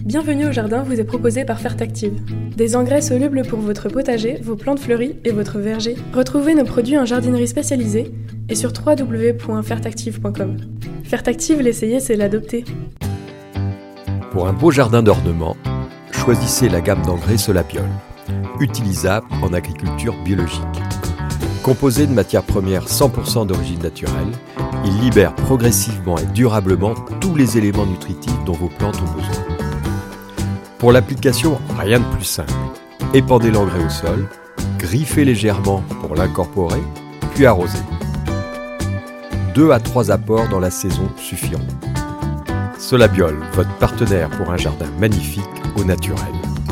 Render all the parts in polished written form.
Bienvenue au jardin vous est proposé par Fertactive. Des engrais solubles pour votre potager, vos plantes fleuries et votre verger. Retrouvez nos produits en jardinerie spécialisée et sur www.fertactive.com. Fertactive, l'essayer, c'est l'adopter. Pour un beau jardin d'ornement, choisissez la gamme d'engrais Solabiol, utilisable en agriculture biologique. Composé de matières premières 100% d'origine naturelle, il libère progressivement et durablement tous les éléments nutritifs dont vos plantes ont besoin. Pour l'application, rien de plus simple. Épandez l'engrais au sol, griffez légèrement pour l'incorporer, puis arrosez. 2 à 3 apports dans la saison suffiront. Solabiol, votre partenaire pour un jardin magnifique au naturel.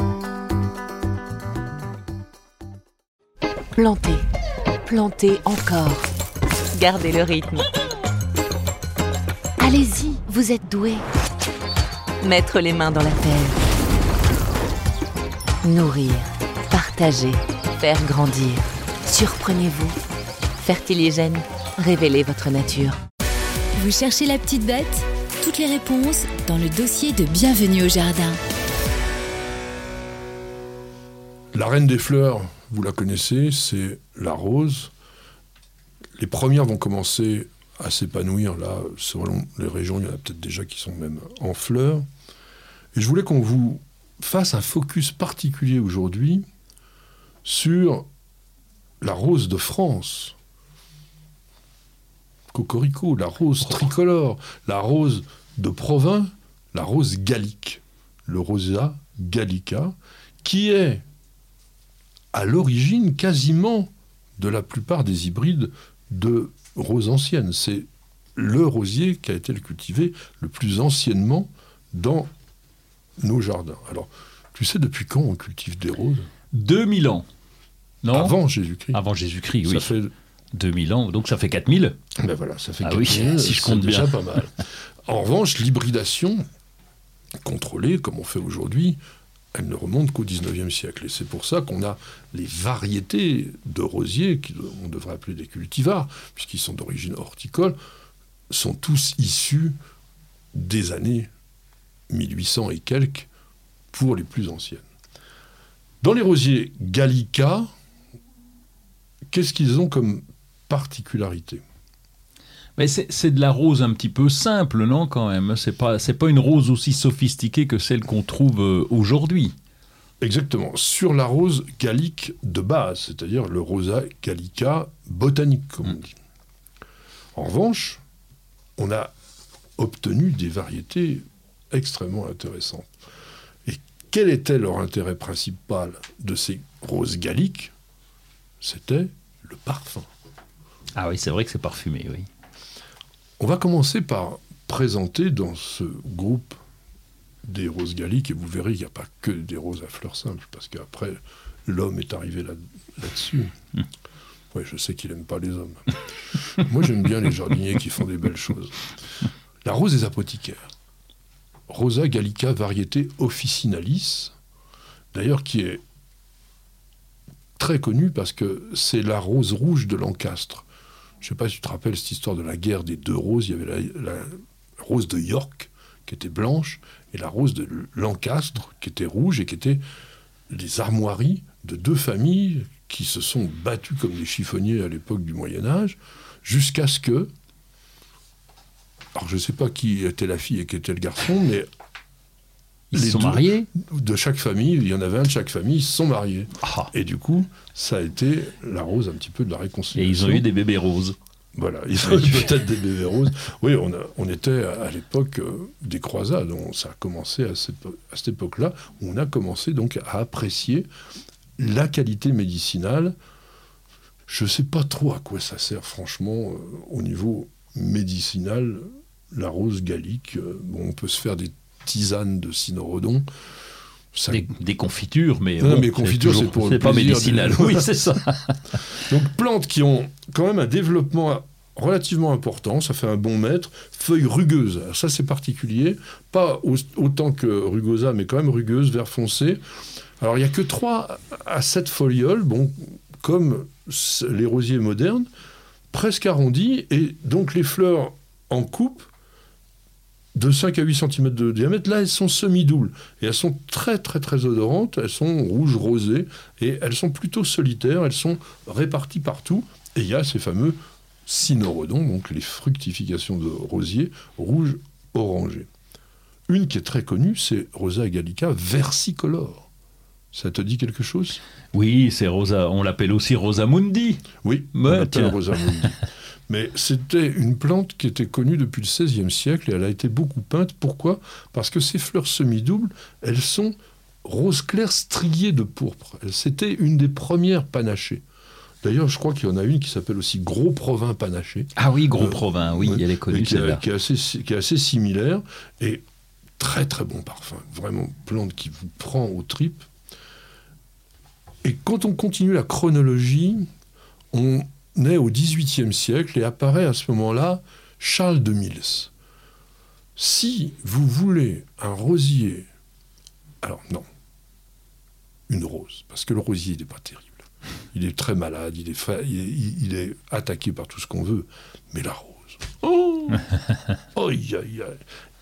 Plantez, plantez encore. Gardez le rythme. Allez-y, vous êtes doués. Mettre les mains dans la terre. Nourrir, partager, faire grandir. Surprenez-vous. Fertiligène, révélez votre nature. Vous cherchez la petite bête ? Toutes les réponses dans le dossier de Bienvenue au jardin. La reine des fleurs, vous la connaissez, c'est la rose. Les premières vont commencer à s'épanouir, là, selon les régions, il y en a peut-être déjà qui sont même en fleurs. Et je voulais qu'on vous fasse un focus particulier aujourd'hui sur la rose de France. Cocorico, la rose tricolore, la rose de Provins, la rose gallique, le Rosa gallica, qui est à l'origine quasiment de la plupart des hybrides de roses anciennes. C'est le rosier qui a été cultivé le plus anciennement dans nos jardins. Alors, tu sais depuis quand on cultive des roses ? 2000 ans. Non ? Avant Jésus-Christ. Avant Jésus-Christ, oui. Ça fait 2000 ans, donc ça fait 4000. Ben voilà, ça fait 4000, oui, si je compte c'est bien. déjà pas mal. En revanche, l'hybridation contrôlée, comme on fait aujourd'hui, elle ne remonte qu'au XIXe siècle. Et c'est pour ça qu'on a les variétés de rosiers, qu'on devrait appeler des cultivars, puisqu'ils sont d'origine horticole, sont tous issus des années 1800 et quelques pour les plus anciennes. Dans les rosiers gallica, qu'est-ce qu'ils ont comme particularité ? Mais c'est de la rose un petit peu simple, non, quand même ? C'est pas une rose aussi sophistiquée que celle qu'on trouve aujourd'hui. Exactement. Sur la rose gallique de base, c'est-à-dire le Rosa gallica botanique, comme on dit. En revanche, on a obtenu des variétés extrêmement intéressantes. Et quel était leur intérêt principal de ces roses galliques ? C'était le parfum. Ah oui, c'est vrai que c'est parfumé, oui. On va commencer par présenter dans ce groupe des roses galliques, et vous verrez qu'il n'y a pas que des roses à fleurs simples, parce qu'après, l'homme est arrivé là-dessus. Oui, je sais qu'il n'aime pas les hommes. Moi, j'aime bien les jardiniers qui font des belles choses. La rose des apothicaires. Rosa gallica variété officinalis, d'ailleurs qui est très connue parce que c'est la rose rouge de Lancastre. Je ne sais pas si tu te rappelles cette histoire de la guerre des deux roses. Il y avait la rose de York, qui était blanche, et la rose de Lancastre, qui était rouge, et qui était les armoiries de deux familles qui se sont battues comme des chiffonniers à l'époque du Moyen-Âge, jusqu'à ce que... Alors, je ne sais pas qui était la fille et qui était le garçon, mais... Ils se sont mariés ? De chaque famille, il y en avait un de chaque famille, ils se sont mariés. Ah. Et du coup, ça a été la rose un petit peu de la réconciliation. Et ils ont eu des bébés roses. Voilà, ils ont eu peut-être des bébés roses. Oui, on était à l'époque des croisades. Ça a commencé à cette époque-là, où on a commencé donc à apprécier la qualité médicinale. Je ne sais pas trop à quoi ça sert, franchement, au niveau médicinal, la rose gallique. Bon, on peut se faire des tisanes de cynorhodon. Des confitures, mais... Non, mais confitures, c'est pour le pas plaisir. médicinal, oui, c'est ça. Donc, plantes qui ont quand même un développement relativement important, ça fait un bon mètre, feuilles rugueuses, alors ça c'est particulier, pas autant que rugosa, mais quand même rugueuse, vert foncé. Alors, il n'y a que 3 à 7 folioles, bon, comme les rosiers modernes, presque arrondies, et donc les fleurs en coupe, de 5 à 8 cm de diamètre. Là, elles sont semi-doubles. Et elles sont très, très, très odorantes. Elles sont rouges rosées. Et elles sont plutôt solitaires. Elles sont réparties partout. Et il y a ces fameux cynorhodons, donc les fructifications de rosiers rouges orangés. Une qui est très connue, c'est Rosa gallica versicolore. Ça te dit quelque chose ? Oui, c'est Rosa. On l'appelle aussi Rosamundi. Oui, on l'appelle Rosamundi. Mais c'était une plante qui était connue depuis le XVIe siècle et elle a été beaucoup peinte. Pourquoi ? Parce que ces fleurs semi-doubles, elles sont rose clair striées de pourpre. C'était une des premières panachées. D'ailleurs, je crois qu'il y en a une qui s'appelle aussi Gros Provins panaché. Ah oui, Gros Provins, oui, elle est connue celle-là. Qui est assez similaire et très très bon parfum. Vraiment, plante qui vous prend aux tripes. Et quand on continue la chronologie, on est au XVIIIe siècle et apparaît à ce moment-là Charles de Mills. Si vous voulez un rosier, alors non, une rose, parce que le rosier n'est pas terrible. Il est très malade, il est attaqué par tout ce qu'on veut, mais la rose. Oh, aïe, aïe, aïe.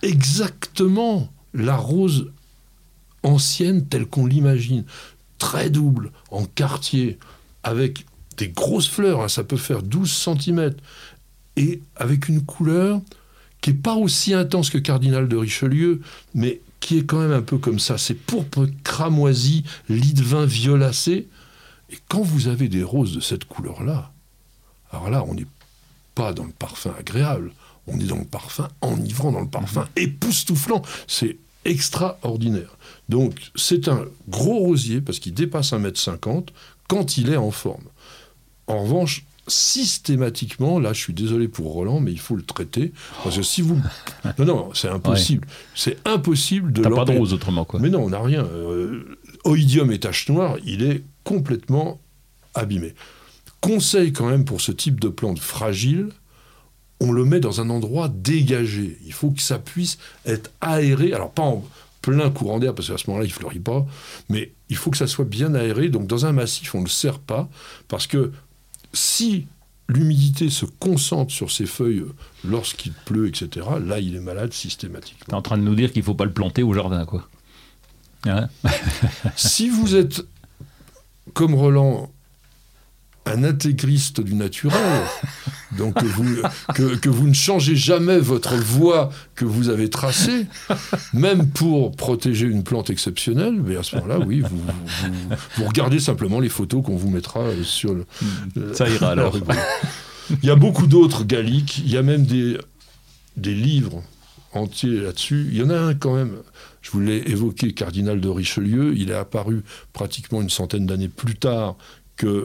Exactement la rose ancienne telle qu'on l'imagine. Très double, en quartier, avec des grosses fleurs, hein, ça peut faire 12 cm, et avec une couleur qui n'est pas aussi intense que Cardinal de Richelieu, mais qui est quand même un peu comme ça. C'est pourpre cramoisi, lit de vin violacé. Et quand vous avez des roses de cette couleur-là, alors là, on n'est pas dans le parfum agréable, on est dans le parfum enivrant, dans le parfum époustouflant. C'est extraordinaire. Donc, c'est un gros rosier, parce qu'il dépasse 1,50 m, quand il est en forme. En revanche, systématiquement, là, je suis désolé pour Roland, mais il faut le traiter, parce que si vous... Non, c'est impossible. Ouais. C'est impossible de... T'as pas de rose autrement, quoi. Mais non, on n'a rien. Oïdium et tache noire, il est complètement abîmé. Conseil quand même pour ce type de plante fragile, on le met dans un endroit dégagé. Il faut que ça puisse être aéré, alors pas en plein courant d'air, parce qu'à ce moment-là, il ne fleurit pas, mais il faut que ça soit bien aéré. Donc dans un massif, on ne le serre pas, parce que si l'humidité se concentre sur ses feuilles lorsqu'il pleut, etc., là, il est malade systématiquement. T'es en train de nous dire qu'il ne faut pas le planter au jardin, quoi. Hein? Si vous êtes, comme Roland, un intégriste du naturel, donc que vous ne changez jamais votre voie que vous avez tracée, même pour protéger une plante exceptionnelle, mais à ce moment-là, oui, vous regardez simplement les photos qu'on vous mettra sur le... Ça ira alors. Il y a beaucoup d'autres galliques, il y a même des livres entiers là-dessus. Il y en a un quand même, je vous l'ai évoqué, Cardinal de Richelieu, il est apparu pratiquement une centaine d'années plus tard que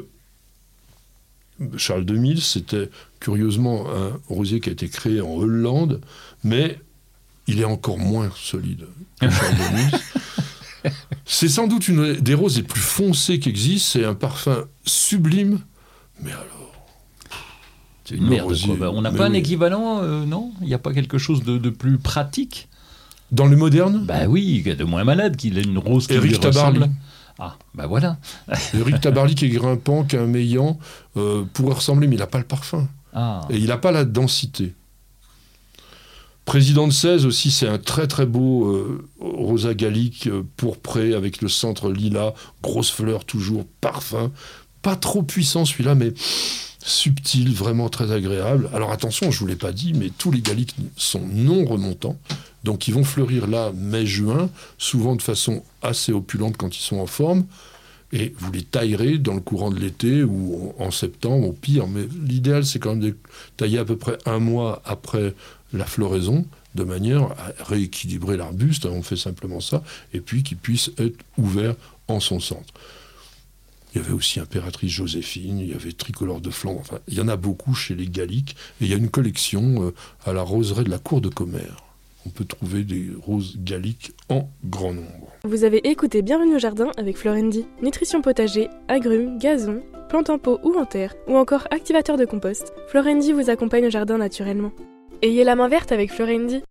Charles de Mills. C'était curieusement un rosier qui a été créé en Hollande, mais il est encore moins solide que Charles de Mills. C'est sans doute une des roses les plus foncées qui existent, c'est un parfum sublime, mais alors... C'est une merde, quoi. Bah, on n'a pas un équivalent, non ? Il n'y a pas quelque chose de plus pratique ? Dans le moderne ? Bah oui, de moins malade, qu'il ait une rose qui Éric lui ressemble. Tabarly. Ah, bah voilà. Éric Tabarly qui est grimpant, qui est un meillant, pourrait ressembler, mais il n'a pas le parfum. Ah. Et il n'a pas la densité. Président de 16 aussi, c'est un très très beau rosa gallique pourpré avec le centre lilas, grosse fleur toujours, parfum. Pas trop puissant celui-là, mais subtil, vraiment très agréable. Alors attention, je ne vous l'ai pas dit, mais tous les galliques sont non remontants. Donc ils vont fleurir là, mai-juin, souvent de façon assez opulente quand ils sont en forme. Et vous les taillerez dans le courant de l'été ou en septembre, au pire. Mais l'idéal, c'est quand même de tailler à peu près 1 mois après la floraison, de manière à rééquilibrer l'arbuste. On fait simplement ça. Et puis qu'il puisse être ouvert en son centre. Il y avait aussi Impératrice Joséphine, il y avait Tricolore de Flandre. Enfin, il y en a beaucoup chez les galliques. Et il y a une collection à la roseraie de la Cour de Commères. On peut trouver des roses galliques en grand nombre. Vous avez écouté Bienvenue au jardin avec Florendi. Nutrition potager, agrumes, gazon, plantes en pot ou en terre, ou encore activateur de compost, Florendi vous accompagne au jardin naturellement. Ayez la main verte avec Florendi.